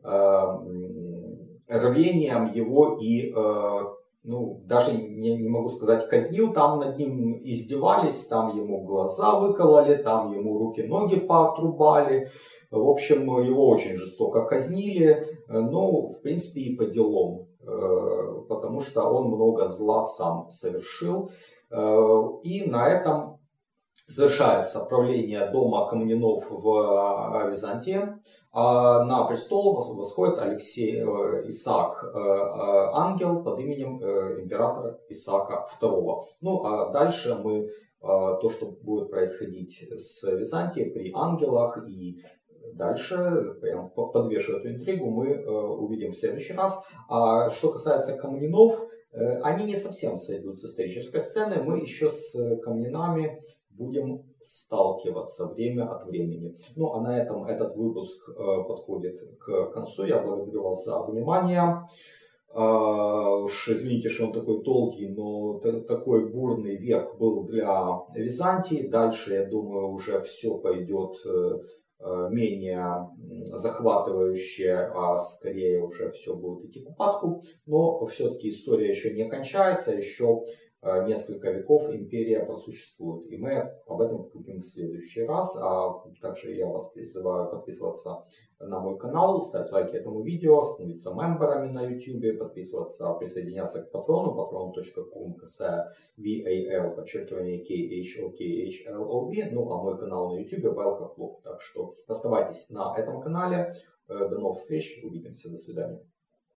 рвением его и ну, даже не могу сказать казнил, там над ним издевались, там ему глаза выкололи, там ему руки-ноги поотрубали. В общем, его очень жестоко казнили, но в принципе и по делам, потому что он много зла сам совершил. И на этом завершается правление дома Камнинов в Византии. А на престол восходит Исаак Ангел под именем императора Исаака II. Ну а дальше мы то, что будет происходить с Византией при ангелах и дальше, прям подвешу эту интригу, мы увидим в следующий раз. А что касается Камнинов, они не совсем сойдут с исторической сцены. Мы еще с Камнинами будем сталкиваться время от времени. Ну а на этом этот выпуск подходит к концу. Я благодарю вас за внимание. Уж извините, что он такой долгий, но такой бурный век был для Византии. Дальше, я думаю, уже все пойдет менее захватывающее, а скорее уже все будет идти к упадку. Но все-таки история еще не кончается, еще несколько веков империя просуществует. И мы об этом будем в следующий раз. А также я вас призываю подписываться на мой канал, ставить лайки этому видео, становиться мемберами на YouTube, подписываться, присоединяться к патрону, patreon.com/val_KHOKHLOV. Ну а мой канал на YouTube Вэл Хохлов. Так что оставайтесь на этом канале. До новых встреч. Увидимся. До свидания.